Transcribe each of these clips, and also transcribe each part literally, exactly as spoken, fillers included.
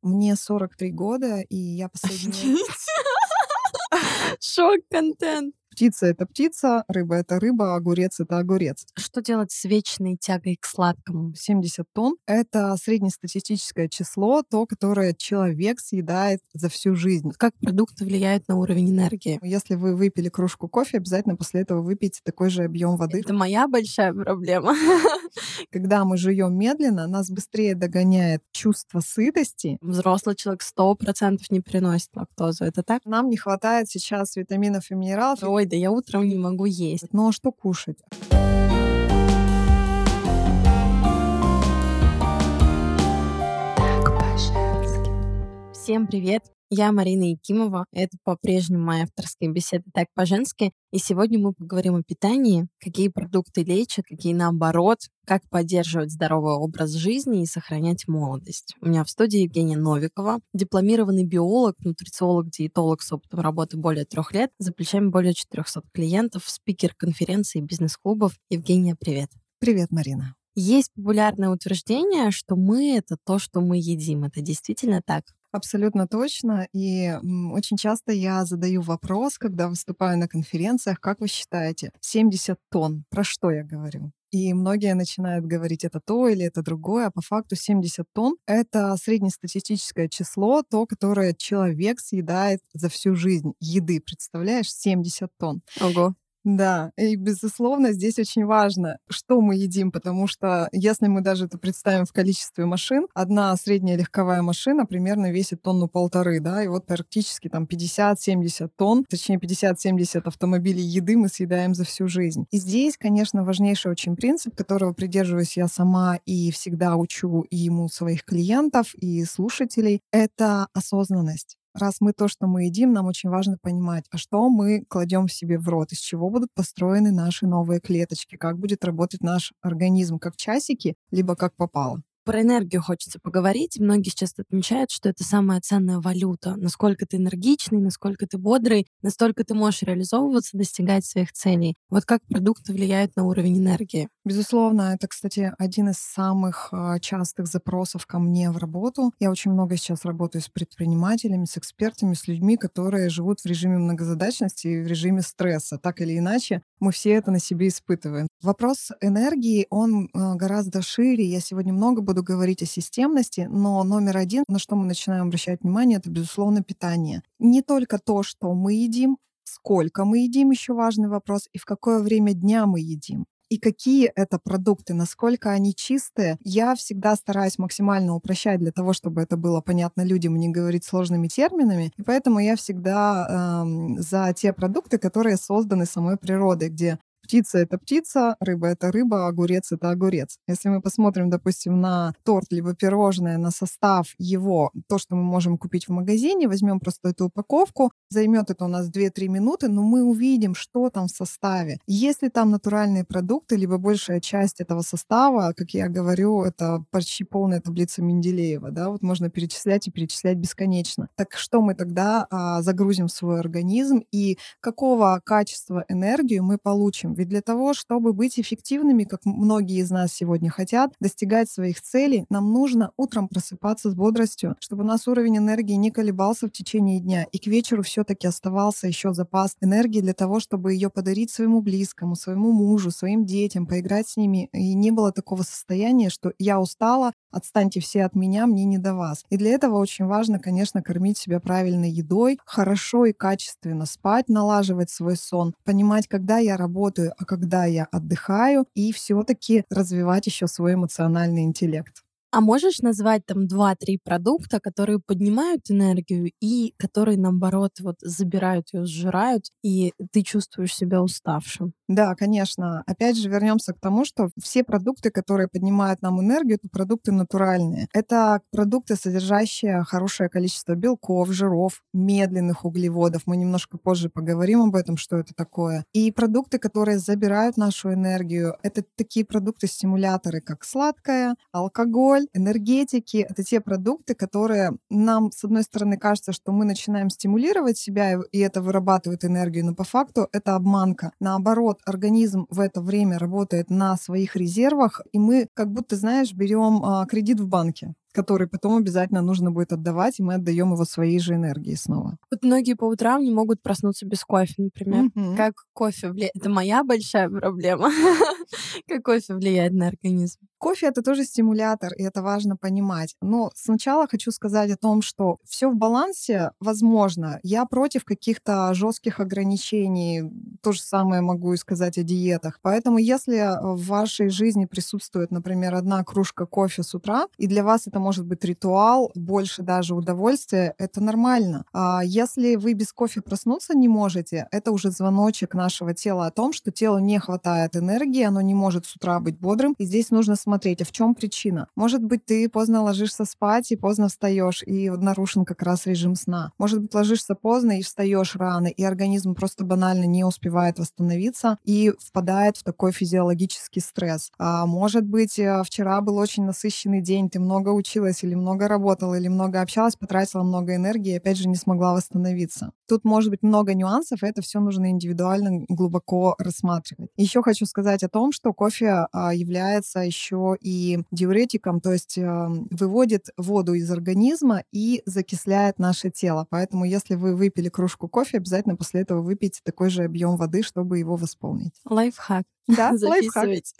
Мне сорок три года, и я последние Офигеть! Шок-контент. Птица — это птица, рыба — это рыба, огурец — это огурец. Что делать с вечной тягой к сладкому? семьдесят тонн — это среднестатистическое число, то, которое человек съедает за всю жизнь. Как продукты влияют на уровень энергии? Если вы выпили кружку кофе, обязательно после этого выпейте такой же объем воды. Это моя большая проблема. Когда мы жуем медленно, нас быстрее догоняет чувство сытости. Взрослый человек сто процентов не переносит лактозу. Это так? Нам не хватает сейчас витаминов и минералов. Ой, да я утром не могу есть. Ну а что кушать? Так по-женски. Всем привет! Я Марина Якимова. Это по-прежнему моя авторская беседа «Так по-женски». И сегодня мы поговорим о питании, какие продукты лечат, какие наоборот, как поддерживать здоровый образ жизни и сохранять молодость. У меня в студии Евгения Новикова, дипломированный биолог, нутрициолог, диетолог с опытом работы более трех лет, за плечами более четырехсот клиентов, спикер конференций и бизнес-клубов. Евгения, привет. Привет, Марина. Есть популярное утверждение, что мы — это то, что мы едим. Это действительно так? Абсолютно точно. И м, очень часто я задаю вопрос, когда выступаю на конференциях, как вы считаете, семьдесят тонн, про что я говорю? И многие начинают говорить, это то или это другое, а по факту семьдесят тонн — это среднестатистическое число, то, которое человек съедает за всю жизнь. Еды, представляешь, семьдесят тонн. Ого. Да, и, безусловно, здесь очень важно, что мы едим, потому что если мы даже это представим в количестве машин, одна средняя легковая машина примерно весит тонну полторы, да, и вот практически там пятьдесят-семьдесят тонн, точнее пятьдесят-семьдесят автомобилей еды мы съедаем за всю жизнь. И здесь, конечно, важнейший очень принцип, которого придерживаюсь я сама и всегда учу и ему своих клиентов, и слушателей, это осознанность. Раз мы то, что мы едим, нам очень важно понимать, а что мы кладем в себе в рот, из чего будут построены наши новые клеточки, как будет работать наш организм, как часики, либо как попало. Про энергию хочется поговорить. Многие сейчас отмечают, что это самая ценная валюта. Насколько ты энергичный, насколько ты бодрый, настолько ты можешь реализовываться, достигать своих целей. Вот как продукты влияют на уровень энергии? Безусловно, это, кстати, один из самых а, частых запросов ко мне в работу. Я очень много сейчас работаю с предпринимателями, с экспертами, с людьми, которые живут в режиме многозадачности и в режиме стресса. Так или иначе, мы все это на себе испытываем. Вопрос энергии, он а, гораздо шире. Я сегодня много буду говорить о системности, но номер один, на что мы начинаем обращать внимание, это, безусловно, питание. Не только то, что мы едим, сколько мы едим, еще важный вопрос, и в какое время дня мы едим. И какие это продукты, насколько они чистые. Я всегда стараюсь максимально упрощать для того, чтобы это было понятно людям и не говорить сложными терминами. И поэтому я всегда эм, за те продукты, которые созданы самой природой, где птица — это птица, рыба — это рыба, огурец — это огурец. Если мы посмотрим, допустим, на торт либо пирожное, на состав его, то, что мы можем купить в магазине, возьмем просто эту упаковку, займет это у нас две-три минуты, но мы увидим, что там в составе. Если там натуральные продукты, либо большая часть этого состава, как я говорю, это почти полная таблица Менделеева, да, вот можно перечислять и перечислять бесконечно. Так что мы тогда а, загрузим в свой организм и какого качества энергию мы получим? Ведь для того, чтобы быть эффективными, как многие из нас сегодня хотят, достигать своих целей, нам нужно утром просыпаться с бодростью, чтобы у нас уровень энергии не колебался в течение дня, и к вечеру все-таки оставался еще запас энергии для того, чтобы ее подарить своему близкому, своему мужу, своим детям, поиграть с ними. И не было такого состояния, что я устала, отстаньте все от меня, мне не до вас. И для этого очень важно, конечно, кормить себя правильной едой, хорошо и качественно спать, налаживать свой сон, понимать, когда я работаю, а когда я отдыхаю, и все-таки развивать еще свой эмоциональный интеллект. А можешь назвать там два-три продукта, которые поднимают энергию и которые, наоборот, вот забирают ее, сжирают, и ты чувствуешь себя уставшим? Да, конечно. Опять же, вернемся к тому, что все продукты, которые поднимают нам энергию, это продукты натуральные. Это продукты, содержащие хорошее количество белков, жиров, медленных углеводов. Мы немножко позже поговорим об этом, что это такое. И продукты, которые забирают нашу энергию, это такие продукты-стимуляторы, как сладкое, алкоголь, энергетики. Это те продукты, которые нам, с одной стороны, кажется, что мы начинаем стимулировать себя, и это вырабатывает энергию, но по факту это обманка. Наоборот, организм в это время работает на своих резервах, и мы, как будто, знаешь, берем а, кредит в банке. который потом обязательно нужно будет отдавать, и мы отдаем его своей же энергией снова. Вот многие по утрам не могут проснуться без кофе, например. Мгм. Как кофе влияет? Это моя большая проблема. Как кофе влияет на организм? Кофе — это тоже стимулятор, и это важно понимать. Но сначала хочу сказать о том, что все в балансе возможно. Я против каких-то жестких ограничений. То же самое могу и сказать о диетах. Поэтому если в вашей жизни присутствует, например, одна кружка кофе с утра, и для вас это может быть ритуал, больше даже удовольствия, это нормально. А если вы без кофе проснуться не можете, это уже звоночек нашего тела о том, что телу не хватает энергии, оно не может с утра быть бодрым. И здесь нужно смотреть, а в чем причина. Может быть, ты поздно ложишься спать и поздно встаешь, и нарушен как раз режим сна. Может быть, ложишься поздно и встаешь рано, и организм просто банально не успевает восстановиться и впадает в такой физиологический стресс. А может быть, э, вчера был очень насыщенный день, ты много училась или много работала, или много общалась, потратила много энергии и опять же не смогла восстановиться. Тут может быть много нюансов, и это все нужно индивидуально глубоко рассматривать. Еще хочу сказать о том, что кофе а, является еще и диуретиком, то есть э, выводит воду из организма и закисляет наше тело. Поэтому если вы выпили кружку кофе, обязательно после этого выпейте такой же объем воды, чтобы его восполнить. Лайфхак. Да, лайфхак. Записывайте.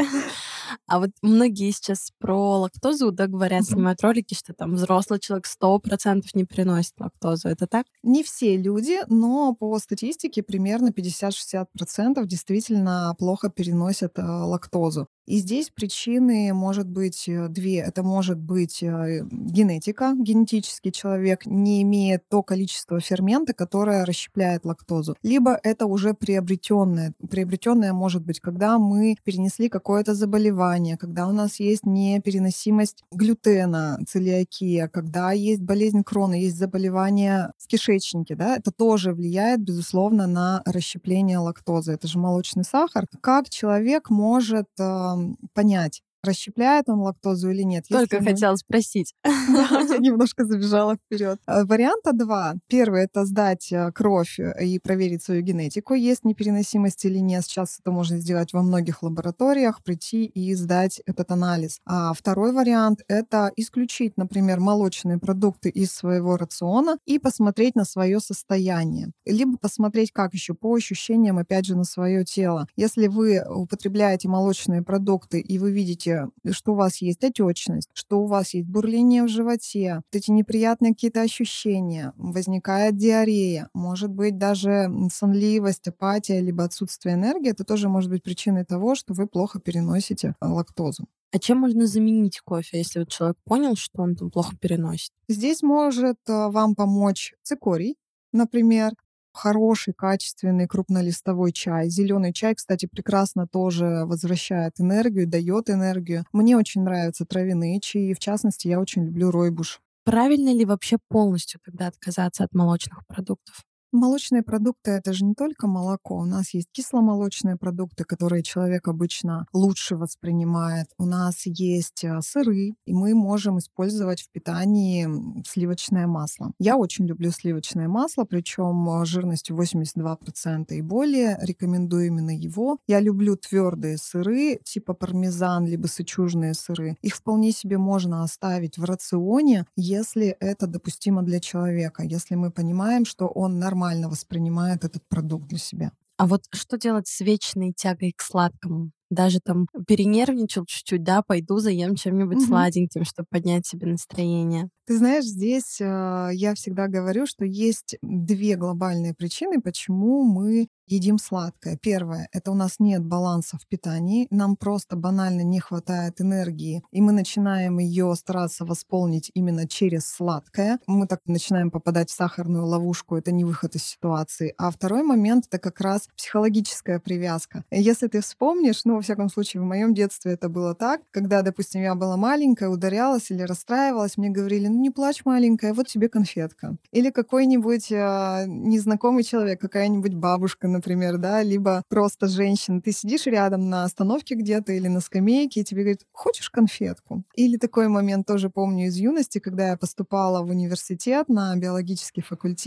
А вот многие сейчас про лактозу, да, говорят, Мгм. снимают ролики, что там взрослый человек сто процентов не переносит лактозу. Это так? Не все люди, но по статистике примерно пятьдесят-шестьдесят процентов действительно плохо переносят э, лактозу. И здесь причины может быть э, две. Это может быть э, генетика. Генетический человек не имеет то количество фермента, которое расщепляет лактозу. Либо это уже приобретенное. Приобретенное может быть, когда мы перенесли какое-то заболевание, когда у нас есть непереносимость глютена, целиакия, когда есть болезнь Крона, есть заболевание в кишечнике, да, это тоже влияет, безусловно, на расщепление лактозы. Это же молочный сахар. Как человек может ам, понять, расщепляет он лактозу или нет? Если Только мы хотела спросить. да, я немножко забежала вперед. Э, Варианта два. Первый — это сдать э, кровь э, и проверить свою генетику, есть непереносимость или нет. Сейчас это можно сделать во многих лабораториях, прийти и сдать этот анализ. А второй вариант — это исключить, например, молочные продукты из своего рациона и посмотреть на свое состояние. Либо посмотреть, как еще по ощущениям, опять же, на свое тело. Если вы употребляете молочные продукты и вы видите, что у вас есть отечность, что у вас есть бурление в животе, вот эти неприятные какие-то ощущения, возникает диарея, может быть даже м, сонливость, апатия, либо отсутствие энергии, это тоже может быть причиной того, что вы плохо переносите э, лактозу. А чем можно заменить кофе, если вот человек понял, что он там плохо переносит? Здесь может э, вам помочь цикорий, например, хороший, качественный крупнолистовой чай. Зеленый чай, кстати, прекрасно тоже возвращает энергию, дает энергию. Мне очень нравятся травяные чаи, в частности, я очень люблю ройбуш. Правильно ли вообще полностью тогда отказаться от молочных продуктов? Молочные продукты — это же не только молоко. У нас есть кисломолочные продукты, которые человек обычно лучше воспринимает. У нас есть а, сыры, и мы можем использовать в питании м, сливочное масло. Я очень люблю сливочное масло, причем жирностью восемьдесят два процента и более. Рекомендую именно его. Я люблю твердые сыры, типа пармезан, либо сычужные сыры. Их вполне себе можно оставить в рационе, если это допустимо для человека, если мы понимаем, что он нормально воспринимает этот продукт для себя. А вот что делать с вечной тягой к сладкому? Даже там перенервничал чуть-чуть, да, пойду заем чем-нибудь Мгм. сладеньким, чтобы поднять себе настроение. Ты знаешь, здесь а, я всегда говорю, что есть две глобальные причины, почему мы едим сладкое. Первое — это у нас нет баланса в питании, нам просто банально не хватает энергии, и мы начинаем ее стараться восполнить именно через сладкое. Мы так начинаем попадать в сахарную ловушку, это не выход из ситуации. А второй момент — это как раз психологическая привязка. Если ты вспомнишь, ну, во всяком случае, в моем детстве это было так, когда, допустим, я была маленькая, ударялась или расстраивалась, мне говорили: ну не плачь, маленькая, вот тебе конфетка. Или какой-нибудь а, незнакомый человек, какая-нибудь бабушка, например, да, либо просто женщина. Ты сидишь рядом на остановке где-то или на скамейке, и тебе говорят: хочешь конфетку? Или такой момент тоже помню из юности, когда я поступала в университет на биологический факультет,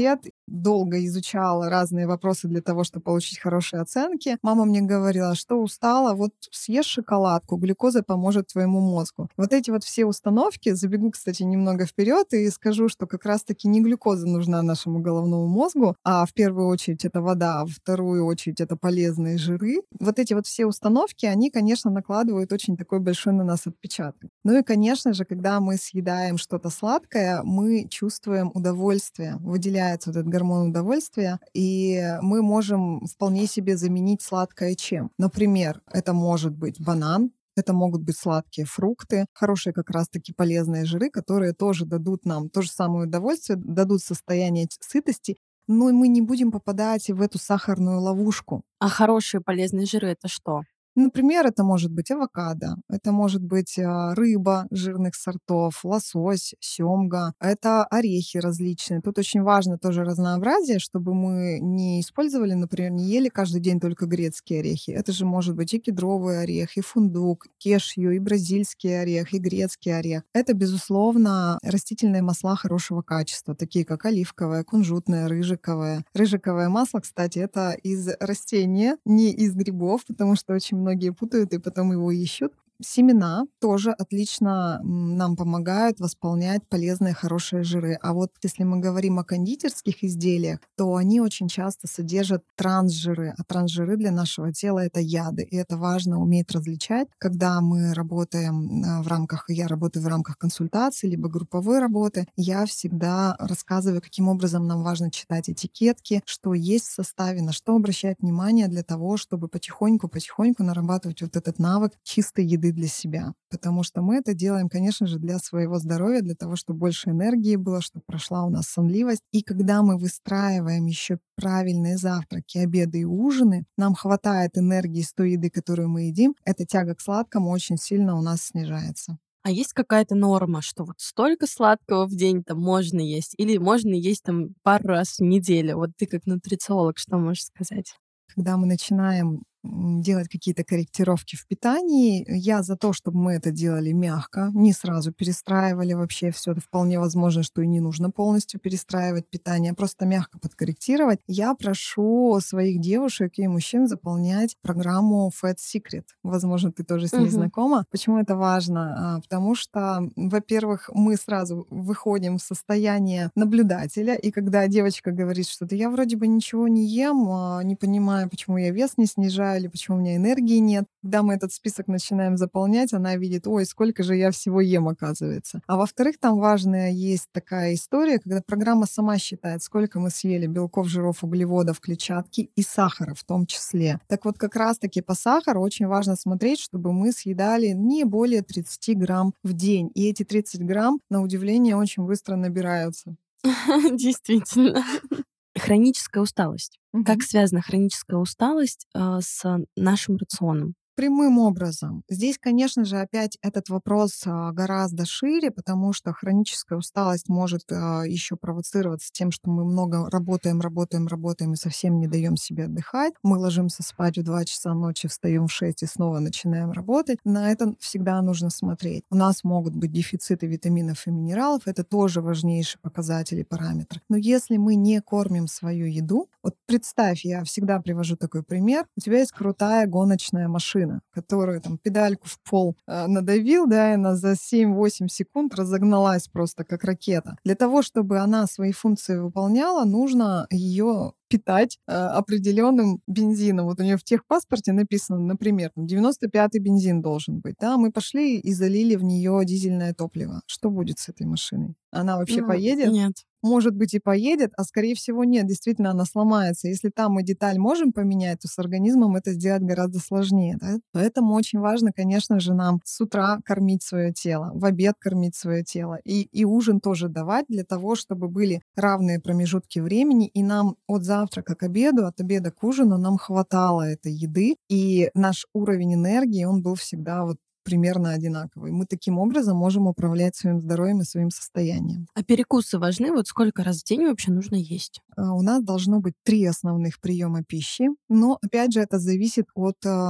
долго изучала разные вопросы для того, чтобы получить хорошие оценки, мама мне говорила: что устала, вот съешь шоколадку, глюкоза поможет твоему мозгу. Вот эти вот все установки, забегу, кстати, немного вперед и скажу, что как раз-таки не глюкоза нужна нашему головному мозгу, а в первую очередь это вода, а в вторую очередь это полезные жиры. Вот эти вот все установки, они, конечно, накладывают очень такой большой на нас отпечаток. Ну и, конечно же, когда мы съедаем что-то сладкое, мы чувствуем удовольствие, выделяется вот этот гормон удовольствия, и мы можем вполне себе заменить сладкое чем? Например, это может быть банан, это могут быть сладкие фрукты, хорошие как раз-таки полезные жиры, которые тоже дадут нам то же самое удовольствие, дадут состояние т- сытости, но и мы не будем попадать в эту сахарную ловушку. А хорошие полезные жиры — это что? Например, это может быть авокадо, это может быть а, рыба жирных сортов, лосось, семга, это орехи различные. Тут очень важно тоже разнообразие, чтобы мы не использовали, например, не ели каждый день только грецкие орехи. Это же может быть и кедровый орех, и фундук, кешью, и бразильский орех, и грецкий орех. Это, безусловно, растительные масла хорошего качества, такие как оливковое, кунжутное, рыжиковое. Рыжиковое масло, кстати, это из растения, не из грибов, потому что очень многие путают и потом его ищут. Семена тоже отлично м, нам помогают восполнять полезные хорошие жиры. А вот если мы говорим о кондитерских изделиях, то они очень часто содержат трансжиры. А трансжиры для нашего тела — это яды. И это важно уметь различать, когда мы работаем а, в рамках, я работаю в рамках консультации, либо групповой работы, я всегда рассказываю, каким образом нам важно читать этикетки, что есть в составе, на что обращать внимание для того, чтобы потихоньку-потихоньку нарабатывать вот этот навык чистой еды для себя. Потому что мы это делаем, конечно же, для своего здоровья, для того, чтобы больше энергии было, чтобы прошла у нас сонливость. И когда мы выстраиваем еще правильные завтраки, обеды и ужины, нам хватает энергии с той еды, которую мы едим, эта тяга к сладкому очень сильно у нас снижается. А есть какая-то норма, что вот столько сладкого в день там можно есть или можно есть там пару раз в неделю? Вот ты как нутрициолог что можешь сказать? Когда мы начинаем м, делать какие-то корректировки в питании, я за то, чтобы мы это делали мягко, не сразу перестраивали вообще все. Это вполне возможно, что и не нужно полностью перестраивать питание, а просто мягко подкорректировать. Я прошу своих девушек и мужчин заполнять программу Fat Secret. Возможно, ты тоже с ней Мгм. знакома. Почему это важно? А, Потому что, м, во-первых, мы сразу выходим в состояние наблюдателя, и когда девочка говорит, что да я вроде бы ничего не ем, а, не понимаю, почему я вес не снижаю или почему у меня энергии нет. Когда мы этот список начинаем заполнять, она видит, ой, сколько же я всего ем, оказывается. А во-вторых, там важная есть такая история, когда программа сама считает, сколько мы съели белков, жиров, углеводов, клетчатки и сахара в том числе. Так вот, как раз-таки по сахару очень важно смотреть, чтобы мы съедали не более тридцать грамм в день. И эти тридцать грамм, на удивление, очень быстро набираются. Действительно. Хроническая усталость. Как Мгм. связана хроническая усталость, а, с нашим рационом? Прямым образом. Здесь, конечно же, опять этот вопрос а, гораздо шире, потому что хроническая усталость может еще провоцироваться тем, что мы много работаем, работаем, работаем и совсем не даем себе отдыхать. Мы ложимся спать в два часа ночи, встаем в шесть и снова начинаем работать. На это всегда нужно смотреть. У нас могут быть дефициты витаминов и минералов, это тоже важнейший показатель и параметр. Но если мы не кормим свою еду, вот представь, я всегда привожу такой пример, у тебя есть крутая гоночная машина, которую там педальку в пол э, надавил, да, и она за семь-восемь секунд разогналась просто как ракета. Для того, чтобы она свои функции выполняла, нужно ее питать э, определенным бензином. Вот у нее в техпаспорте написано, например, там девяносто пятый бензин должен быть. Да, мы пошли и залили в нее дизельное топливо. Что будет с этой машиной? Она вообще Ну, поедет? нет. Может быть, и поедет, а скорее всего нет. Действительно, она сломается. Если там мы деталь можем поменять, то с организмом это сделать гораздо сложнее. Да? Поэтому очень важно, конечно же, нам с утра кормить свое тело, в обед кормить свое тело и, и ужин тоже давать для того, чтобы были равные промежутки времени, и нам от завтрака к обеду, от обеда к ужину нам хватало этой еды, и наш уровень энергии, он был всегда вот примерно одинаковый. Мы таким образом можем управлять своим здоровьем и своим состоянием. А перекусы важны? Вот сколько раз в день вообще нужно есть? А, У нас должно быть три основных приема пищи, но опять же это зависит от а,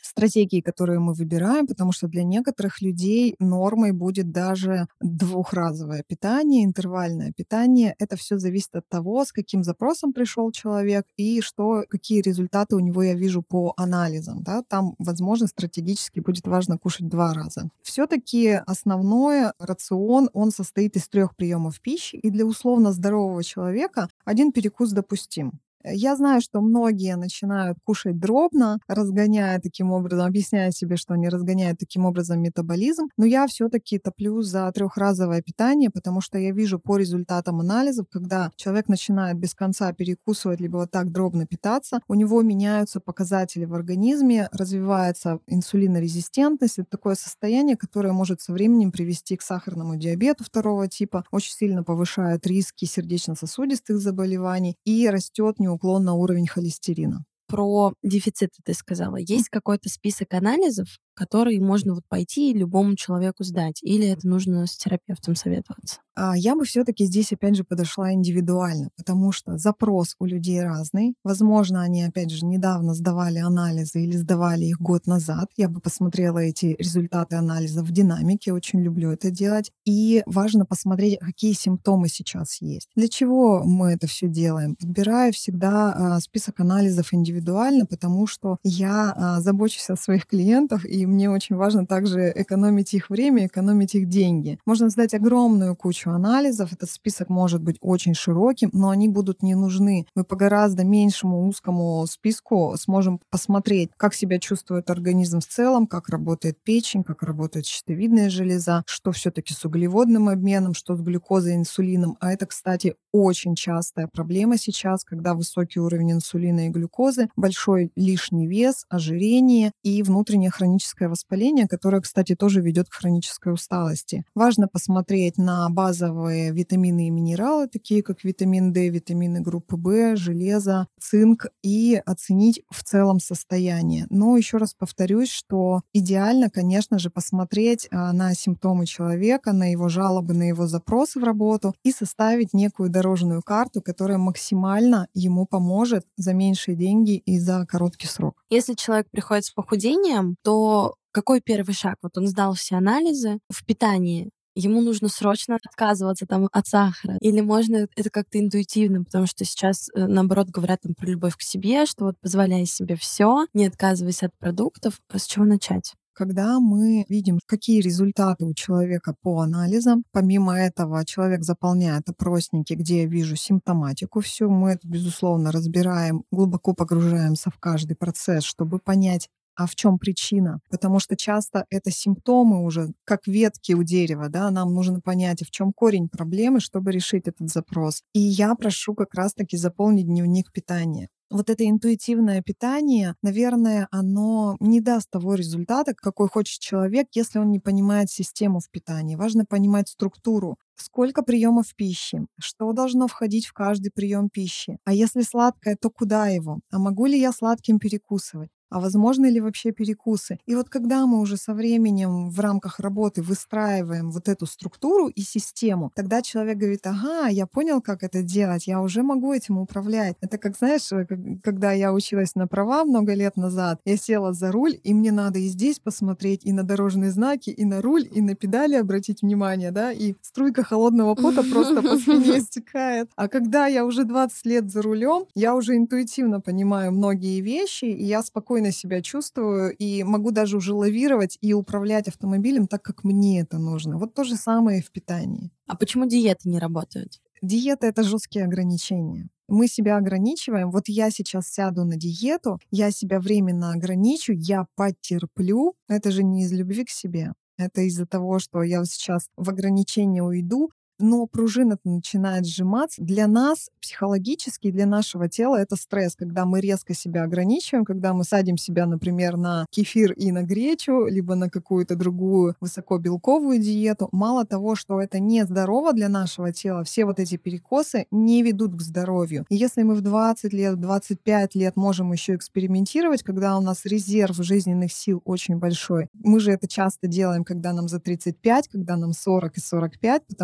стратегии, которые мы выбираем, потому что для некоторых людей нормой будет даже двухразовое питание, интервальное питание. Это все зависит от того, с каким запросом пришел человек и что, какие результаты у него я вижу по анализам. Да? Там, возможно, стратегически будет важно кушать два раза. Все-таки основной рацион, он состоит из трех приемов пищи, и для условно здорового человека один перекус допустим. Я знаю, что многие начинают кушать дробно, разгоняя таким образом, объясняя себе, что они разгоняют таким образом метаболизм. Но я все-таки топлю за трехразовое питание, потому что я вижу по результатам анализов, когда человек начинает без конца перекусывать, либо вот так дробно питаться, у него меняются показатели в организме, развивается инсулинорезистентность. Это такое состояние, которое может со временем привести к сахарному диабету второго типа, очень сильно повышает риски сердечно-сосудистых заболеваний и растет неуклонно уровень холестерина. Про дефициты ты сказала. Есть какой-то список анализов, который можно вот пойти и любому человеку сдать? Или это нужно с терапевтом советоваться? А я бы все-таки здесь опять же подошла индивидуально, потому что запрос у людей разный. Возможно, они опять же недавно сдавали анализы или сдавали их год назад. Я бы посмотрела эти результаты анализа в динамике, очень люблю это делать. И важно посмотреть, какие симптомы сейчас есть. Для чего мы это все делаем? Подбираю всегда а, список анализов индивидуально, потому что я а, забочусь о своих клиентах, и мне очень важно также экономить их время, экономить их деньги. Можно сдать огромную кучу анализов. Этот список может быть очень широким, но они будут не нужны. Мы по гораздо меньшему узкому списку сможем посмотреть, как себя чувствует организм в целом, как работает печень, как работает щитовидная железа, что все-таки с углеводным обменом, что с глюкозой и инсулином. А это, кстати, очень частая проблема сейчас, когда высокий уровень инсулина и глюкозы, большой лишний вес, ожирение и внутреннее хроническое воспаление, которое, кстати, тоже ведет к хронической усталости. Важно посмотреть на базовые витамины и минералы, такие как витамин D, витамины группы В, железо, цинк, и оценить в целом состояние. Но еще раз повторюсь, что идеально, конечно же, посмотреть а, на симптомы человека, на его жалобы, на его запросы в работу и составить некую дорожную карту, которая максимально ему поможет за меньшие деньги и за короткий срок. Если человек приходит с похудением, то какой первый шаг? Вот он сдал все анализы в питании. Ему нужно срочно отказываться там от сахара? Или можно это как-то интуитивно? Потому что сейчас, э, наоборот, говорят там про любовь к себе, что вот позволяй себе все, не отказывайся от продуктов. А с чего начать? Когда мы видим, какие результаты у человека по анализам, помимо этого человек заполняет опросники, где я вижу симптоматику всю, мы это, безусловно, разбираем, глубоко погружаемся в каждый процесс, чтобы понять, а в чем причина? Потому что часто это симптомы уже, как ветки у дерева, да, нам нужно понять, в чем корень проблемы, чтобы решить этот запрос. И я прошу как раз-таки заполнить дневник питания. Вот это интуитивное питание, наверное, оно не даст того результата, какой хочет человек, если он не понимает систему в питании. Важно понимать структуру. Сколько приемов пищи? Что должно входить в каждый прием пищи? А если сладкое, то куда его? А могу ли я сладким перекусывать? А возможны ли вообще перекусы? И вот когда мы уже со временем в рамках работы выстраиваем вот эту структуру и систему, тогда человек говорит: ага, я понял, как это делать, я уже могу этим управлять. Это как, знаешь, э, как- когда я училась на права много лет назад, я села за руль, и мне надо и здесь посмотреть, и на дорожные знаки, и на руль, и на педали обратить внимание, да, и струйка холодного пота просто по спине стекает. А когда я уже двадцать лет за рулем, я уже интуитивно понимаю многие вещи, и я спокойно себя чувствую, и могу даже уже лавировать и управлять автомобилем так, как мне это нужно. Вот то же самое и в питании. А почему диеты не работают? Диета — это жесткие ограничения. Мы себя ограничиваем. Вот я сейчас сяду на диету, я себя временно ограничу, я потерплю. Это же не из любви к себе. Это из-за того, что я вот сейчас в ограничение уйду, но пружина начинает сжиматься. Для нас психологически, для нашего тела это стресс, когда мы резко себя ограничиваем, когда мы садим себя, например, на кефир и на гречу, либо на какую-то другую высокобелковую диету. Мало того, что это не здорово для нашего тела, все вот эти перекосы не ведут к здоровью. И если мы в двадцать лет, в двадцать пять лет можем еще экспериментировать, когда у нас резерв жизненных сил очень большой, мы же это часто делаем, когда нам за тридцать пять, когда нам сорок и сорок пять, потому что там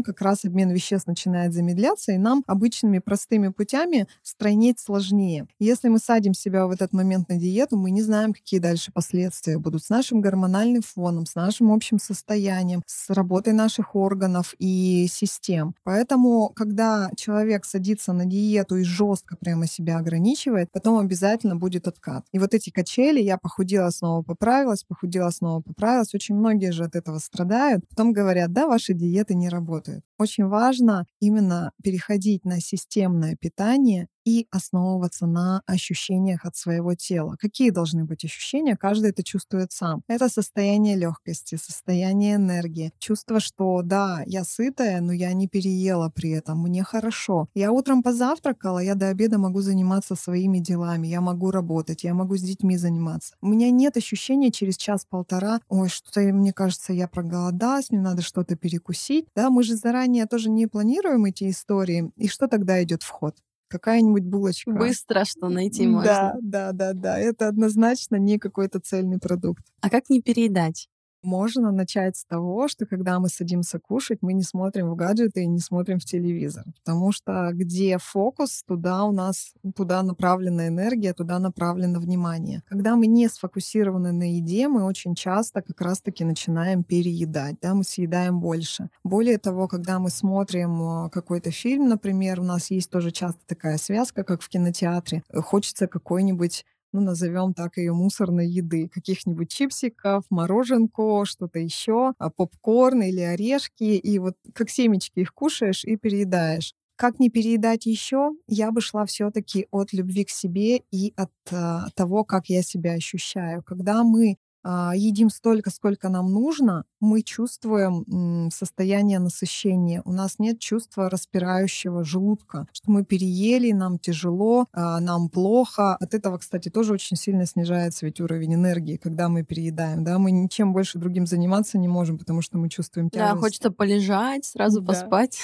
там как раз обмен веществ начинает замедляться, и нам обычными простыми путями стройнеть сложнее. Если мы садим себя в этот момент на диету, мы не знаем, какие дальше последствия будут с нашим гормональным фоном, с нашим общим состоянием, с работой наших органов и систем. Поэтому, когда человек садится на диету и жестко прямо себя ограничивает, потом обязательно будет откат. И вот эти качели, я похудела, снова поправилась, похудела, снова поправилась, очень многие же от этого страдают. Потом говорят, да, ваши диеты не работают. Очень важно именно переходить на системное питание и основываться на ощущениях от своего тела. Какие должны быть ощущения? Каждый это чувствует сам. Это состояние легкости, состояние энергии, чувство, что да, я сытая, но я не переела при этом, мне хорошо. Я утром позавтракала, я до обеда могу заниматься своими делами, я могу работать, я могу с детьми заниматься. У меня нет ощущения через час-полтора, ой, что-то мне кажется, я проголодалась, мне надо что-то перекусить. Да, мы же заранее тоже не планируем эти истории. И что тогда идет в ход? Какая-нибудь булочка. Быстро что найти Да, можно. да, да, да. Это однозначно не какой-то цельный продукт. А как не переедать? Можно начать с того, что когда мы садимся кушать, мы не смотрим в гаджеты и не смотрим в телевизор. Потому что где фокус, туда у нас туда направлена энергия, туда направлено внимание. Когда мы не сфокусированы на еде, мы очень часто как раз-таки начинаем переедать, да, мы съедаем больше. Более того, когда мы смотрим э, какой-то фильм, например, у нас есть тоже часто такая связка, как в кинотеатре. Э, Хочется какой-нибудь, ну, назовем так ее, мусорной еды, каких-нибудь чипсиков, мороженку, что-то еще, а, попкорн или орешки, и вот как семечки их кушаешь и переедаешь. Как не переедать еще? Я бы шла все-таки от любви к себе и от а, того, как я себя ощущаю. Когда мы а, едим столько, сколько нам нужно, мы чувствуем м, состояние насыщения. У нас нет чувства распирающего желудка, что мы переели, нам тяжело, а, нам плохо. От этого, кстати, тоже очень сильно снижается ведь уровень энергии, когда мы переедаем. Да? Мы ничем больше другим заниматься не можем, потому что мы чувствуем Да, тяжесть. хочется полежать, сразу Да. поспать.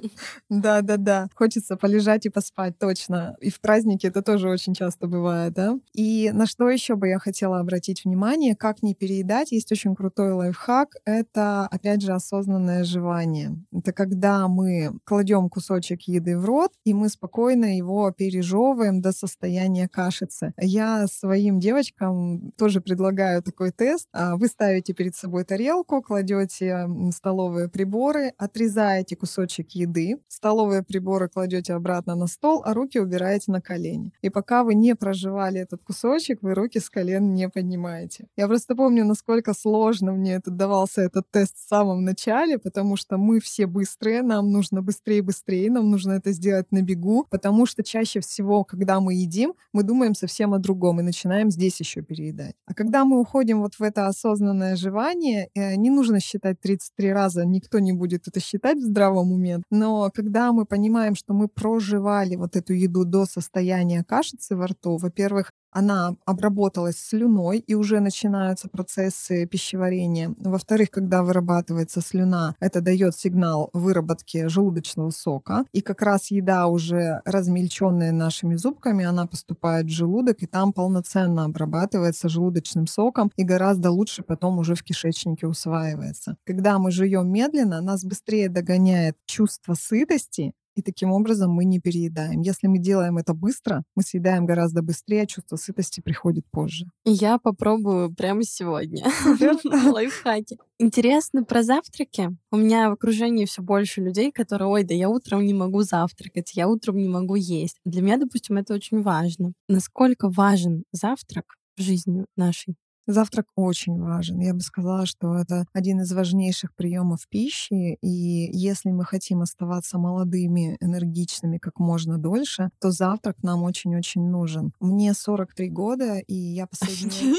Да-да-да. Хочется полежать и поспать, точно. И в праздники это тоже очень часто бывает, да. И на что еще бы я хотела обратить внимание, как не переедать. Есть очень крутой лайфхак. Это, опять же, осознанное жевание. Это когда мы кладем кусочек еды в рот, и мы спокойно его пережевываем до состояния кашицы. Я своим девочкам тоже предлагаю такой тест. А, Вы ставите перед собой тарелку, кладете столовые приборы, отрезаете кусочек еды, столовые приборы кладете обратно на стол, а руки убираете на колени. И пока вы не прожевали этот кусочек, вы руки с колен не поднимаете. Я просто помню, насколько сложно мне этот давался этот тест в самом начале, потому что мы все быстрые, нам нужно быстрее быстрее, нам нужно это сделать на бегу, потому что чаще всего, когда мы едим, мы думаем совсем о другом и начинаем здесь еще переедать. А когда мы уходим вот в это осознанное жевание, э, не нужно считать тридцать три раза, никто не будет это считать в здравом уме, но когда мы понимаем, что мы проживали вот эту еду до состояния кашицы во рту, во-первых, она обработалась слюной, и уже начинаются процессы пищеварения. Во-вторых, когда вырабатывается слюна, это дает сигнал выработки желудочного сока. И как раз еда, уже размельченная нашими зубками, она поступает в желудок, и там полноценно обрабатывается желудочным соком, и гораздо лучше потом уже в кишечнике усваивается. Когда мы жуем медленно, нас быстрее догоняет чувство сытости, и таким образом мы не переедаем. Если мы делаем это быстро, мы съедаем гораздо быстрее, а чувство сытости приходит позже. Я попробую прямо сегодня. Супер. Лайфхаки. Интересно про завтраки. У меня в окружении все больше людей, которые, ой, да я утром не могу завтракать, я утром не могу есть. Для меня, допустим, это очень важно. Насколько важен завтрак в жизни нашей? Завтрак очень важен. Я бы сказала, что это один из важнейших приемов пищи. И если мы хотим оставаться молодыми, энергичными как можно дольше, то завтрак нам очень-очень нужен. Мне сорок три года, и я последние...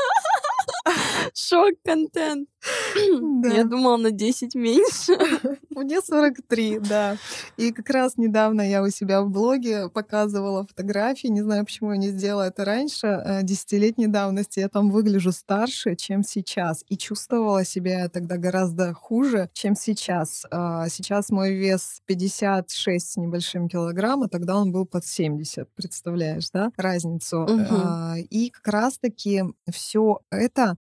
Шок-контент. Я Да. думала на десять меньше. Мне сорок три, да. И как раз недавно я у себя в блоге показывала фотографии, не знаю, почему я не сделала это раньше, э, десятилетней давности. Я там выгляжу старше, чем сейчас. И чувствовала себя я тогда гораздо хуже, чем сейчас. А, Сейчас мой вес пятьдесят шесть с небольшим килограмм, а тогда он был под семьдесят. Представляешь, да, разницу? Мгм. А, И как раз-таки все это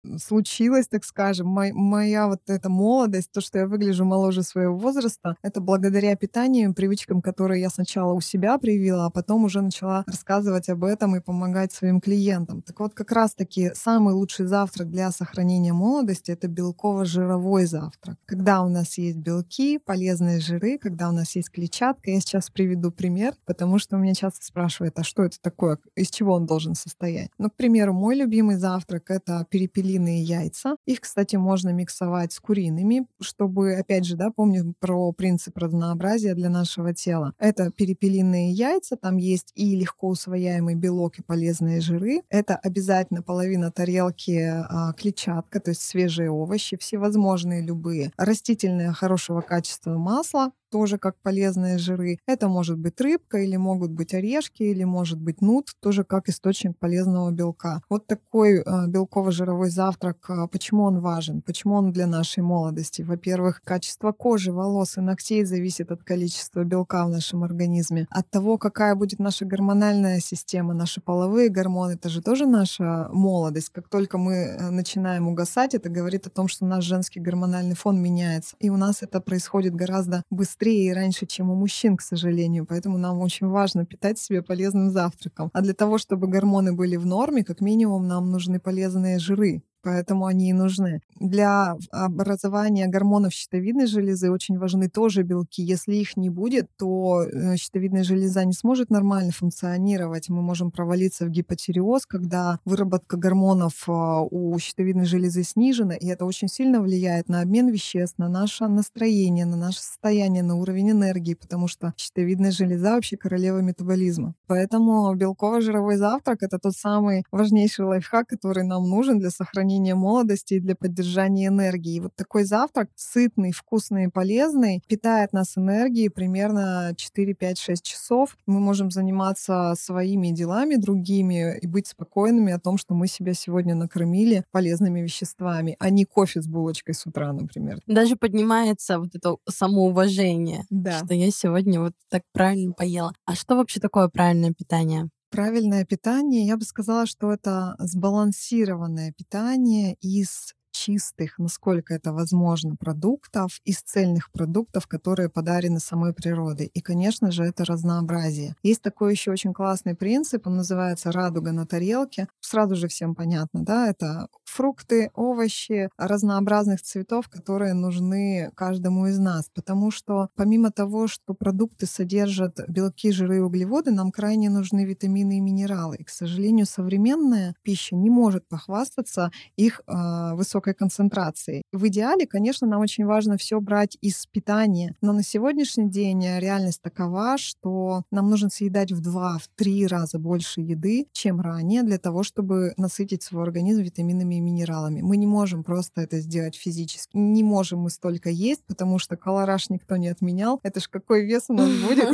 случилось, так скажем. Мой моя вот эта молодость, то, что я выгляжу моложе своего возраста, это благодаря питанию, привычкам, которые я сначала у себя привила, а потом уже начала рассказывать об этом и помогать своим клиентам. Так вот, как раз таки самый лучший завтрак для сохранения молодости — это белково-жировой завтрак. Когда у нас есть белки, полезные жиры, когда у нас есть клетчатка. Я сейчас приведу пример, потому что у меня часто спрашивают: а что это такое, из чего он должен состоять? Ну, к примеру, мой любимый завтрак — это перепелиные яйца. Их, кстати, можно миксовать с куриными, чтобы, опять же, да, помним про принцип разнообразия для нашего тела. Это перепелиные яйца, там есть и легко усвояемый белок, и полезные жиры. Это обязательно половина тарелки а, клетчатка, то есть свежие овощи, всевозможные любые. Растительное хорошего качества масло, тоже как полезные жиры. Это может быть рыбка, или могут быть орешки, или может быть нут, тоже как источник полезного белка. Вот такой а, белково-жировой завтрак. а, Почему он важен? Почему он для нашей молодости? Во-первых, качество кожи, волос и ногтей зависит от количества белка в нашем организме. От того, какая будет наша гормональная система, наши половые гормоны, это же тоже наша молодость. Как только мы э, начинаем угасать, это говорит о том, что наш женский гормональный фон меняется. И у нас это происходит гораздо быстрее и раньше, чем у мужчин, к сожалению. Поэтому нам очень важно питать себя полезным завтраком. А для того, чтобы гормоны были в норме, как минимум нам нужны полезные жиры. Поэтому они и нужны. Для образования гормонов щитовидной железы очень важны тоже белки. Если их не будет, то э, щитовидная железа не сможет нормально функционировать. Мы можем провалиться в гипотиреоз, когда выработка гормонов а, у щитовидной железы снижена, и это очень сильно влияет на обмен веществ, на наше настроение, на наше состояние, на уровень энергии, потому что щитовидная железа вообще королева метаболизма. Поэтому белково-жировой завтрак — это тот самый важнейший лайфхак, который нам нужен для сохранения молодости и для поддержания энергии. И вот такой завтрак, сытный, вкусный и полезный, питает нас энергией примерно четыре пять шесть часов. Мы можем заниматься своими делами другими и быть спокойными о том, что мы себя сегодня накормили полезными веществами, а не кофе с булочкой с утра, например. Даже поднимается вот это самоуважение, Да. что я сегодня вот так правильно поела. А что вообще такое правильное питание? Правильное питание, я бы сказала, что это сбалансированное питание из чистых, насколько это возможно, продуктов, из цельных продуктов, которые подарены самой природой. И, конечно же, это разнообразие. Есть такой еще очень классный принцип, он называется «радуга на тарелке». Сразу же всем понятно, да, это фрукты, овощи разнообразных цветов, которые нужны каждому из нас. Потому что помимо того, что продукты содержат белки, жиры и углеводы, нам крайне нужны витамины и минералы. И, к сожалению, современная пища не может похвастаться их а, высокой концентрацией. В идеале, конечно, нам очень важно все брать из питания, но на сегодняшний день э, реальность такова, что нам нужно съедать в два, в три раза больше еды, чем ранее, для того, чтобы насытить свой организм витаминами и минералами. Мы не можем просто это сделать физически. Не можем мы столько есть, потому что колораж никто не отменял. Это ж какой вес у нас будет,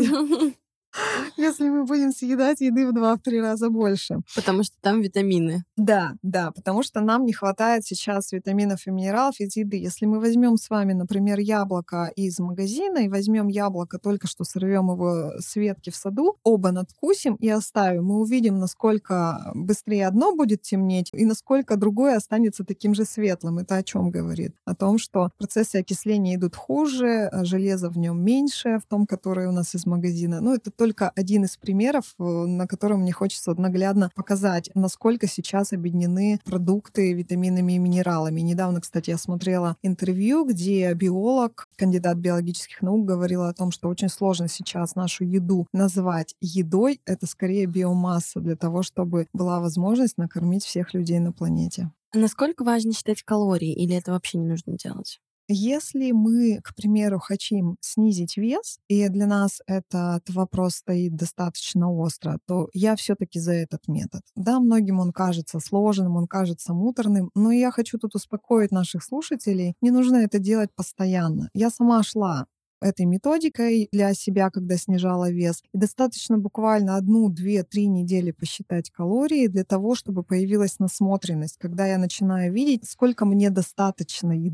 если мы будем съедать еды в два-три раза больше. Потому что там витамины. Да, да, потому что нам не хватает сейчас витаминов и минералов из еды. Если мы возьмем с вами, например, яблоко из магазина и возьмем яблоко, только что сорвем его с ветки в саду, оба надкусим и оставим, мы увидим, насколько быстрее одно будет темнеть и насколько другое останется таким же светлым. Это о чем говорит? О том, что процессы окисления идут хуже, а железа в нем меньше, в том, которое у нас из магазина. Ну, это только один из примеров, э, на котором мне хочется наглядно показать, насколько сейчас объединены продукты витаминами и минералами. Недавно, кстати, я смотрела интервью, где биолог, кандидат биологических наук, говорила о том, что очень сложно сейчас нашу еду назвать едой. Это скорее биомасса для того, чтобы была возможность накормить всех людей на планете. А насколько важно считать калории, или это вообще не нужно делать? Если мы, к примеру, хотим снизить вес, и для нас этот вопрос стоит достаточно остро, то я все-таки за этот метод. Да, многим он кажется сложным, он кажется муторным, но я хочу тут успокоить наших слушателей. Не нужно это делать постоянно. Я сама шла этой методикой для себя, когда снижала вес. И достаточно буквально одну, две, три недели посчитать калории для того, чтобы появилась насмотренность, когда я начинаю видеть, сколько мне достаточно еды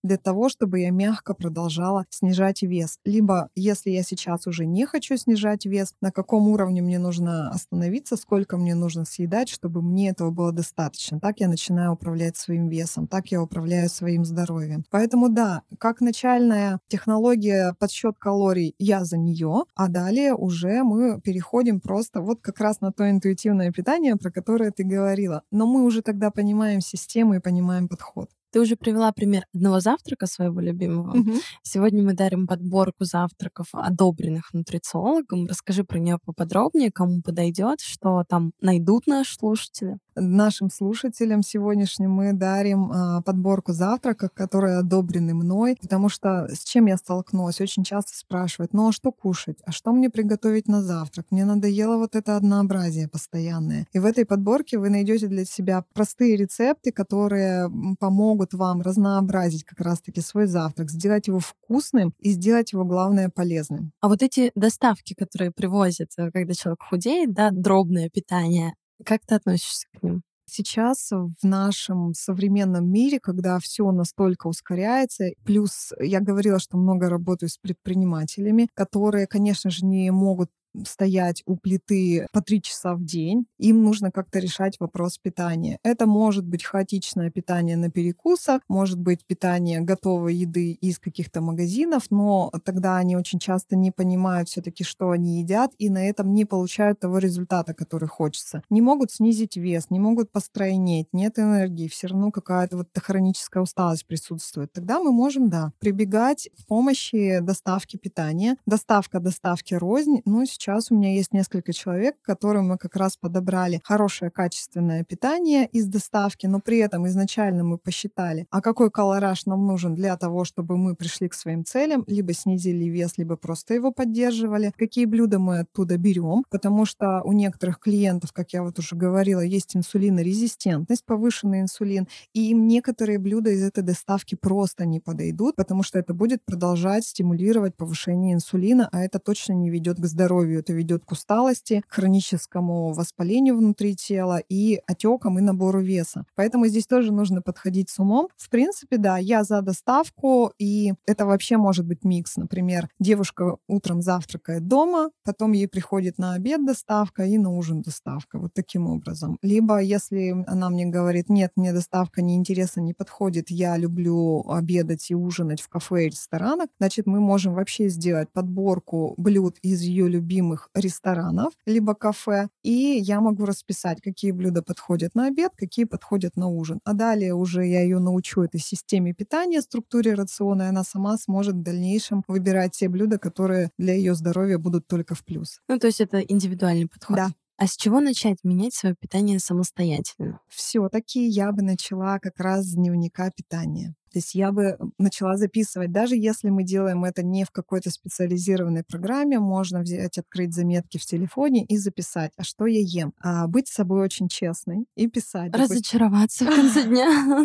для того, чтобы я мягко продолжала снижать вес. Либо, если я сейчас уже не хочу снижать вес, на каком уровне мне нужно остановиться, сколько мне нужно съедать, чтобы мне этого было достаточно. Так я начинаю управлять своим весом, так я управляю своим здоровьем. Поэтому да, как начальная технология подсчет калорий, я за нее, а далее уже мы переходим просто вот как раз на то интуитивное питание, про которое ты говорила. Но мы уже тогда понимаем систему и понимаем подход. Ты уже привела пример одного завтрака своего любимого. Мгм. Сегодня мы дарим подборку завтраков, одобренных нутрициологом. Расскажи про нее поподробнее, кому подойдет, что там найдут наши слушатели. Нашим слушателям сегодняшним мы дарим а, подборку завтраков, которые одобрены мной, потому что с чем я столкнулась? Очень часто спрашивают, ну а что кушать? А что мне приготовить на завтрак? Мне надоело вот это однообразие постоянное. И в этой подборке вы найдете для себя простые рецепты, которые м, помогут вам разнообразить как раз-таки свой завтрак, сделать его вкусным и сделать его, главное, полезным. А вот эти доставки, которые привозят, э, когда человек худеет, да, дробное питание, как ты относишься к ним? Сейчас в нашем современном мире, когда все настолько ускоряется, плюс я говорила, что много работаю с предпринимателями, которые, конечно же, не могут стоять у плиты по три часа в день. Им нужно как-то решать вопрос питания. Это может быть хаотичное питание на перекусах, может быть питание готовой еды из каких-то магазинов, но тогда они очень часто не понимают все таки что они едят, и на этом не получают того результата, который хочется. Не могут снизить вес, не могут постройнеть, нет энергии, все равно какая-то вот эта хроническая усталость присутствует. Тогда мы можем, да, прибегать к помощи доставки питания. Доставка доставки рознь. Ну, сейчас у меня есть несколько человек, которым мы как раз подобрали хорошее качественное питание из доставки, но при этом изначально мы посчитали, а какой колораж нам нужен для того, чтобы мы пришли к своим целям, либо снизили вес, либо просто его поддерживали, какие блюда мы оттуда берем, потому что у некоторых клиентов, как я вот уже говорила, есть инсулинорезистентность, повышенный инсулин, и им некоторые блюда из этой доставки просто не подойдут, потому что это будет продолжать стимулировать повышение инсулина, а это точно не ведет к здоровью, это ведет к усталости, к хроническому воспалению внутри тела и отекам и набору веса. Поэтому здесь тоже нужно подходить с умом. В принципе, да, я за доставку, и это вообще может быть микс. Например, девушка утром завтракает дома, потом ей приходит на обед доставка и на ужин доставка. Вот таким образом. Либо если она мне говорит, нет, мне доставка не интересна, не подходит, я люблю обедать и ужинать в кафе и ресторанах, значит, мы можем вообще сделать подборку блюд из ее любимых ресторанов, либо кафе, и я могу расписать, какие блюда подходят на обед, какие подходят на ужин. А далее уже я ее научу этой системе питания, структуре рациона, и она сама сможет в дальнейшем выбирать те блюда, которые для ее здоровья будут только в плюс. Ну, то есть это индивидуальный подход. Да. А с чего начать менять свое питание самостоятельно? Все-таки я бы начала как раз с дневника питания. То есть я бы начала записывать, даже если мы делаем это не в какой-то специализированной программе, можно взять, открыть заметки в телефоне и записать, а что я ем. А быть с собой очень честной и писать. Допустим, Разочароваться в конце дня.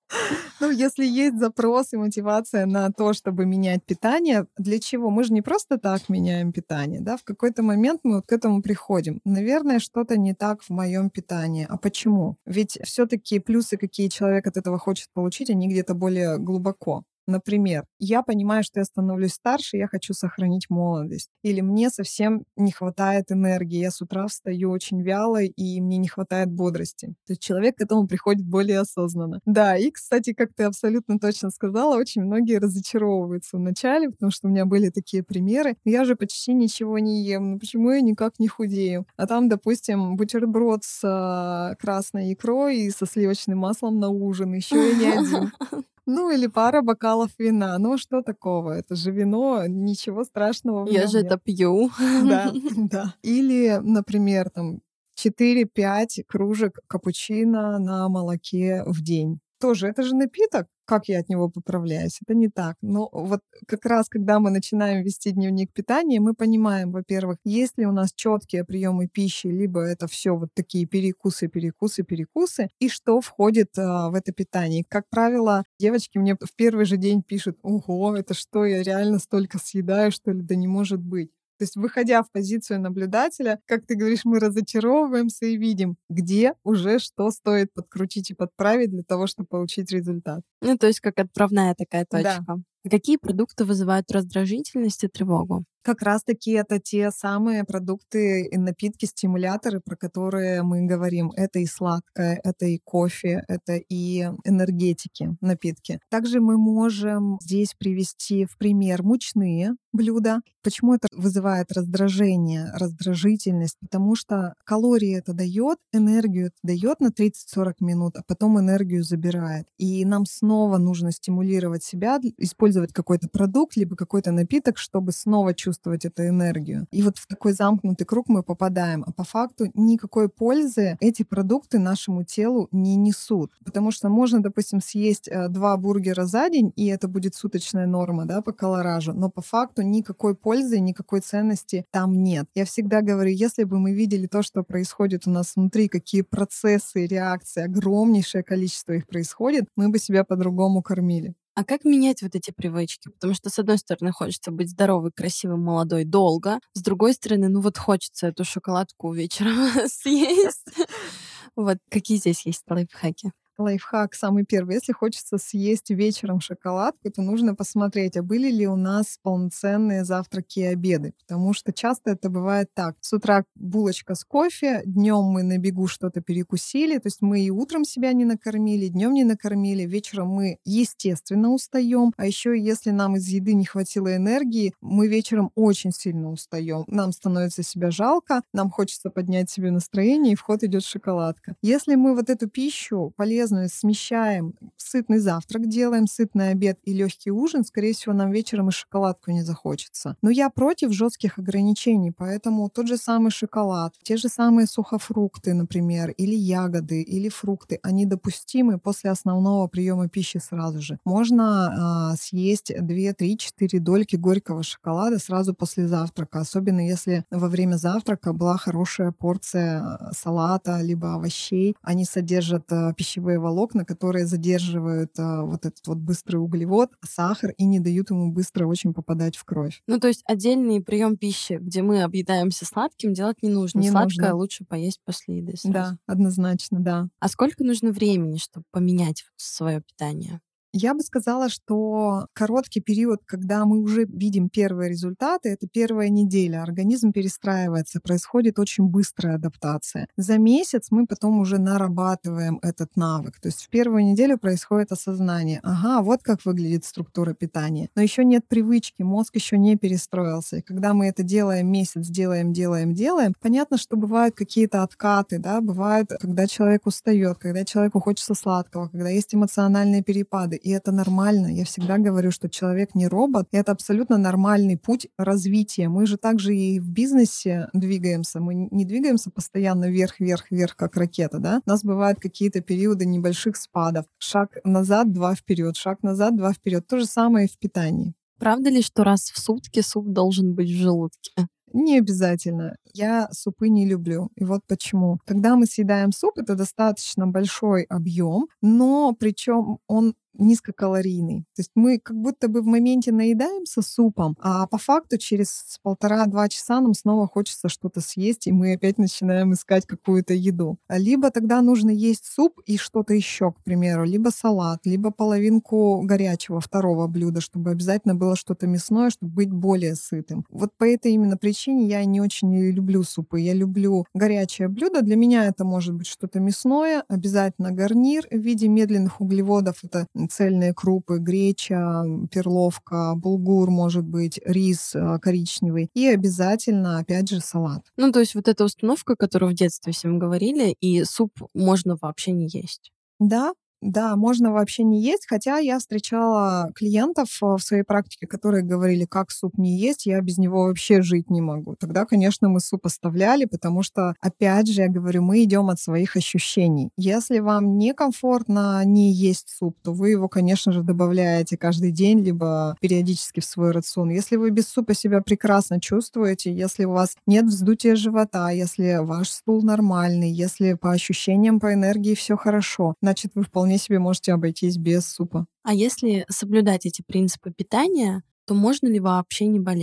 ну, если есть запрос и мотивация на то, чтобы менять питание, для чего? Мы же не просто так меняем питание, да? В какой-то момент мы вот к этому приходим. Наверное, что-то не так в моем питании. А почему? Ведь все-таки плюсы, какие человек от этого хочет получить, они где-то более глубоко. Например, я понимаю, что я становлюсь старше, я хочу сохранить молодость. Или мне совсем не хватает энергии, я с утра встаю очень вялой, и мне не хватает бодрости. То есть человек к этому приходит более осознанно. Да, и, кстати, как ты абсолютно точно сказала, очень многие разочаровываются вначале, потому что у меня были такие примеры. Я же почти ничего не ем, ну почему я никак не худею? А там, допустим, бутерброд с а, красной икрой и со сливочным маслом на ужин, еще и не один. Ну, или пара бокалов вина. Ну, что такого? Это же вино, ничего страшного в Я нем же нет. это пью. Да, да. Или, например, там четыре-пять кружек капучино на молоке в день. Тоже это же напиток. Как я от него поправляюсь? Это не так. Но вот как раз, когда мы начинаем вести дневник питания, мы понимаем, во-первых, есть ли у нас четкие приемы пищи, либо это все вот такие перекусы, перекусы, перекусы, и что входит а, в это питание. Как правило, девочки мне в первый же день пишут: ого, это что, я реально столько съедаю, что ли? Да не может быть. То есть, выходя в позицию наблюдателя, как ты говоришь, мы разочаровываемся и видим, где уже что стоит подкрутить и подправить для того, чтобы получить результат. Ну, то есть как отправная такая Да. точка. А какие продукты вызывают раздражительность и тревогу? Как раз таки это те самые продукты и напитки, стимуляторы, про которые мы говорим. Это и сладкое, это и кофе, это и энергетики, напитки. Также мы можем здесь привести в пример мучные блюда. Почему это вызывает раздражение, раздражительность? Потому что калории это даёт, энергию это даёт на тридцать-сорок минут, а потом энергию забирает. И нам снова нужно стимулировать себя, дл использовать какой-то продукт либо какой-то напиток, чтобы снова чувствовать эту энергию. И вот в такой замкнутый круг мы попадаем. А по факту никакой пользы эти продукты нашему телу не несут. Потому что можно, допустим, съесть, э, два бургера за день, и это будет суточная норма, да, по колоражу, но по факту никакой пользы, никакой ценности там нет. Я всегда говорю, если бы мы видели то, что происходит у нас внутри, какие процессы, реакции, огромнейшее количество их происходит, мы бы себя по-другому кормили. А как менять вот эти привычки? Потому что, с одной стороны, хочется быть здоровой, красивой, молодой долго. С другой стороны, ну вот хочется эту шоколадку вечером съесть. Вот какие здесь есть лайфхаки? Лайфхак самый первый. Если хочется съесть вечером шоколадку, то нужно посмотреть, а были ли у нас полноценные завтраки и обеды. Потому что часто это бывает так: с утра булочка с кофе, днем мы на бегу что-то перекусили, то есть мы и утром себя не накормили, днем не накормили, вечером мы, естественно, устаем. А еще если нам из еды не хватило энергии, мы вечером очень сильно устаем. Нам становится себя жалко, нам хочется поднять себе настроение, и в ход идет шоколадка. Если мы вот эту пищу полезную смещаем, сытный завтрак делаем, сытный обед и легкий ужин, скорее всего, нам вечером и шоколадку не захочется. Но я против жестких ограничений, поэтому тот же самый шоколад, те же самые сухофрукты, например, или ягоды, или фрукты, они допустимы после основного приема пищи сразу же. Можно а, съесть две, три, четыре дольки горького шоколада сразу после завтрака, особенно если во время завтрака была хорошая порция салата либо овощей. Они содержат а, пищевые волокна, которые задерживают а, вот этот вот быстрый углевод, сахар и не дают ему быстро очень попадать в кровь. Ну, то есть отдельный прием пищи, где мы объедаемся сладким, делать не нужно. Не Сладкое нужно. лучше поесть после еды сразу. Да, однозначно, да. А сколько нужно времени, чтобы поменять свое питание? Я бы сказала, что короткий период, когда мы уже видим первые результаты, это первая неделя. Организм перестраивается, происходит очень быстрая адаптация. За месяц мы потом уже нарабатываем этот навык. То есть в первую неделю происходит осознание: ага, вот как выглядит структура питания. Но еще нет привычки, мозг еще не перестроился. И когда мы это делаем месяц, делаем, делаем, делаем, понятно, что бывают какие-то откаты, да, бывает, когда человек устает, когда человеку хочется сладкого, когда есть эмоциональные перепады. И это нормально. Я всегда говорю, что человек не робот. И это абсолютно нормальный путь развития. Мы же также и в бизнесе двигаемся. Мы не двигаемся постоянно вверх, вверх, вверх, как ракета, да? У нас бывают какие-то периоды небольших спадов. Шаг назад, два вперед, шаг назад, два вперед. То же самое и в питании. Правда ли, что раз в сутки суп должен быть в желудке? Не обязательно. Я супы не люблю. И вот почему. Когда мы съедаем суп, это достаточно большой объем, но причем он низкокалорийный. То есть мы как будто бы в моменте наедаемся супом, а по факту через полтора-два часа нам снова хочется что-то съесть, и мы опять начинаем искать какую-то еду. Либо тогда нужно есть суп и что-то еще, к примеру, либо салат, либо половинку горячего второго блюда, чтобы обязательно было что-то мясное, чтобы быть более сытым. Вот по этой именно причине я не очень люблю супы. Я люблю горячее блюдо. Для меня это может быть что-то мясное, обязательно гарнир в виде медленных углеводов. Это цельные крупы, греча, перловка, булгур, может быть, рис э, коричневый. И обязательно, опять же, салат. Ну, то есть вот эта установка, которую в детстве всем говорили, и суп можно вообще не есть. Да, да, можно вообще не есть, хотя я встречала клиентов э, в своей практике, которые говорили: как суп не есть, я без него вообще жить не могу. Тогда, конечно, мы суп оставляли, потому что, опять же, я говорю, мы идем от своих ощущений. Если вам некомфортно не есть суп, то вы его, конечно же, добавляете каждый день, либо периодически в свой рацион. Если вы без супа себя прекрасно чувствуете, если у вас нет вздутия живота, если ваш стул нормальный, если по ощущениям, по энергии все хорошо, значит, вы вполне себе можете обойтись без супа. А если соблюдать эти принципы питания, то можно ли вообще не болеть?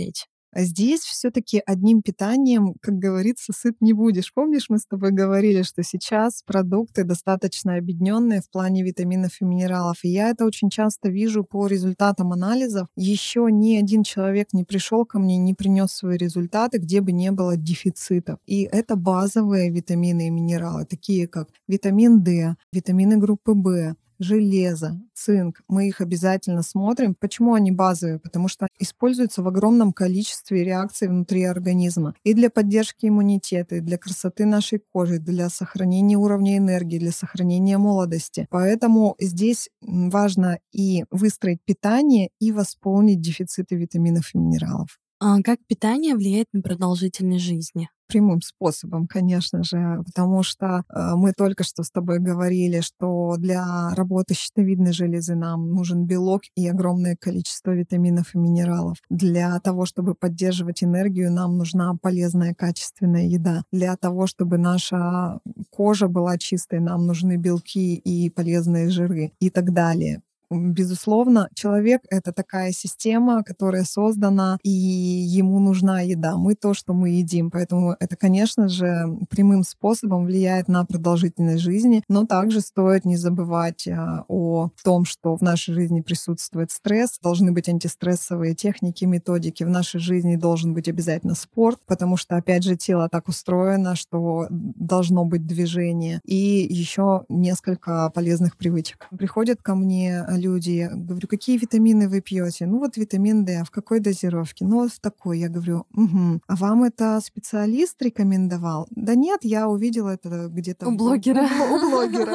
А здесь все-таки одним питанием, как говорится, сыт не будешь. Помнишь, мы с тобой говорили, что сейчас продукты достаточно объединенные в плане витаминов и минералов. И я это очень часто вижу по результатам анализов. Еще ни один человек не пришел ко мне, не принес свои результаты, где бы не было дефицитов. И это базовые витамины и минералы, такие как витамин D, витамины группы В, железо, цинк. Мы их обязательно смотрим. Почему они базовые? Потому что используются в огромном количестве реакций внутри организма. И для поддержки иммунитета, и для красоты нашей кожи, для сохранения уровня энергии, для сохранения молодости. Поэтому здесь важно и выстроить питание, и восполнить дефициты витаминов и минералов. А как питание влияет на продолжительность жизни? Прямым способом, конечно же, потому что э, мы только что с тобой говорили, что для работы щитовидной железы нам нужен белок и огромное количество витаминов и минералов. Для того, чтобы поддерживать энергию, нам нужна полезная, качественная еда. Для того, чтобы наша кожа была чистой, нам нужны белки и полезные жиры и так далее. Безусловно, человек — это такая система, которая создана, и ему нужна еда. Мы то, что мы едим. Поэтому это, конечно же, прямым способом влияет на продолжительность жизни. Но также стоит не забывать а, о том, что в нашей жизни присутствует стресс. Должны быть антистрессовые техники, методики. В нашей жизни должен быть обязательно спорт, потому что, опять же, тело так устроено, что должно быть движение. И еще несколько полезных привычек. Приходят ко мне люди, я говорю, какие витамины вы пьете? Ну вот витамин D, а в какой дозировке? Ну вот в такой. Я говорю, угу. А вам это специалист рекомендовал? Да нет, я увидела это где-то У в- блогера. у, у блогера.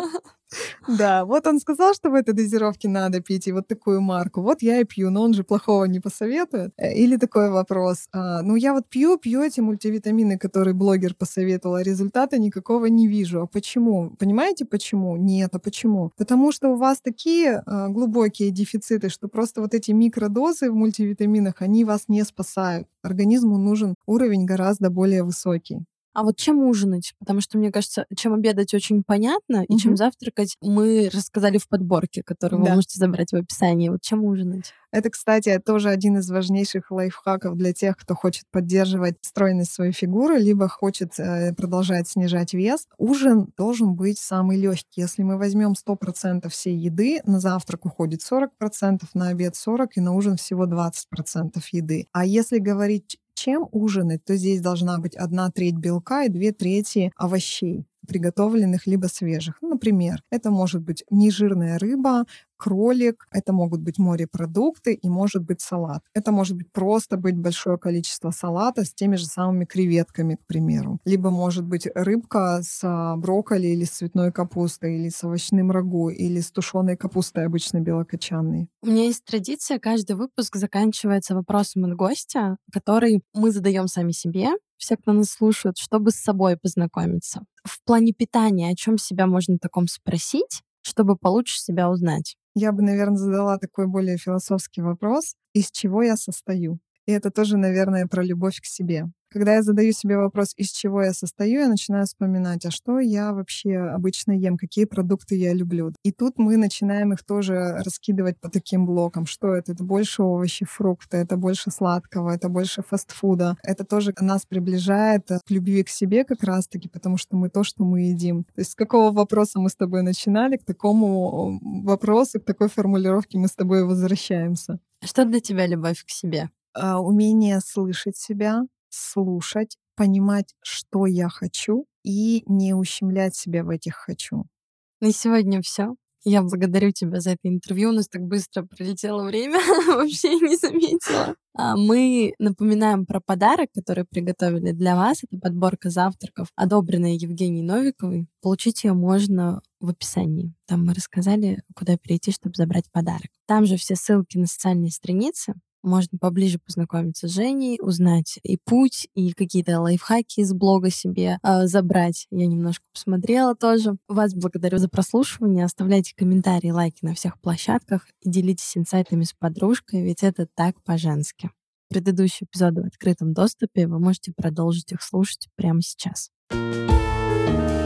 Да, вот он сказал, что в этой дозировке надо пить и вот такую марку. Вот я и пью, но он же плохого не посоветует. Э, Или такой вопрос. а, Ну, я вот пью, пью эти мультивитамины, которые блогер посоветовал, а результата никакого не вижу. А почему? Понимаете, почему? Нет, а почему? Потому что у вас такие а, глубокие дефициты, что просто вот эти микродозы в мультивитаминах, они вас не спасают. Организму нужен уровень гораздо более высокий. А вот чем ужинать? Потому что, мне кажется, чем обедать очень понятно, и чем Мгм. завтракать мы рассказали в подборке, которую вы Да. можете забрать в описании. Вот чем ужинать? Это, кстати, тоже один из важнейших лайфхаков для тех, кто хочет поддерживать стройность своей фигуры, либо хочет э, продолжать снижать вес. Ужин должен быть самый легкий. Если мы возьмем сто процентов всей еды, на завтрак уходит сорок процентов, на обед сорок процентов и на ужин всего двадцать процентов еды. А если говорить, чем ужинать, то здесь должна быть одна треть белка и две трети овощей, приготовленных либо свежих. Ну, например, это может быть нежирная рыба, кролик, это могут быть морепродукты и может быть салат. Это может быть просто быть большое количество салата с теми же самыми креветками, к примеру. Либо может быть рыбка с а, брокколи или с цветной капустой, или с овощным рагу, или с тушеной капустой обычно белокочанной. У меня есть традиция, каждый выпуск заканчивается вопросом от гостя, который мы задаем сами себе, все, кто нас слушают, чтобы с собой познакомиться. В плане питания, о чем себя можно таком спросить, чтобы получше себя узнать? Я бы, наверное, задала такой более философский вопрос: из чего я состою? И это тоже, наверное, про любовь к себе. Когда я задаю себе вопрос, из чего я состою, я начинаю вспоминать, а что я вообще обычно ем, какие продукты я люблю. И тут мы начинаем их тоже раскидывать по таким блокам. Что это? Это больше овощи, фрукты, это больше сладкого, это больше фастфуда. Это тоже нас приближает к любви к себе как раз-таки, потому что мы то, что мы едим. То есть с какого вопроса мы с тобой начинали, к такому вопросу, к такой формулировке мы с тобой возвращаемся. Что для тебя любовь к себе? А, умение слышать себя, слушать, понимать, что я хочу, и не ущемлять себя в этих «хочу». На сегодня все. Я благодарю тебя за это интервью. У нас так быстро пролетело время, вообще не заметила. А, Мы напоминаем про подарок, который приготовили для вас. Это подборка завтраков, одобренная Евгенией Новиковой. Получить ее можно в описании. Там мы рассказали, куда перейти, чтобы забрать подарок. Там же все ссылки на социальные страницы. Можно поближе познакомиться с Женей, узнать и путь, и какие-то лайфхаки из блога себе э, забрать. Я немножко посмотрела тоже. Вас благодарю за прослушивание. Оставляйте комментарии, лайки на всех площадках и делитесь инсайтами с подружкой, ведь это так по-женски. Предыдущие эпизоды в открытом доступе, вы можете продолжить их слушать прямо сейчас.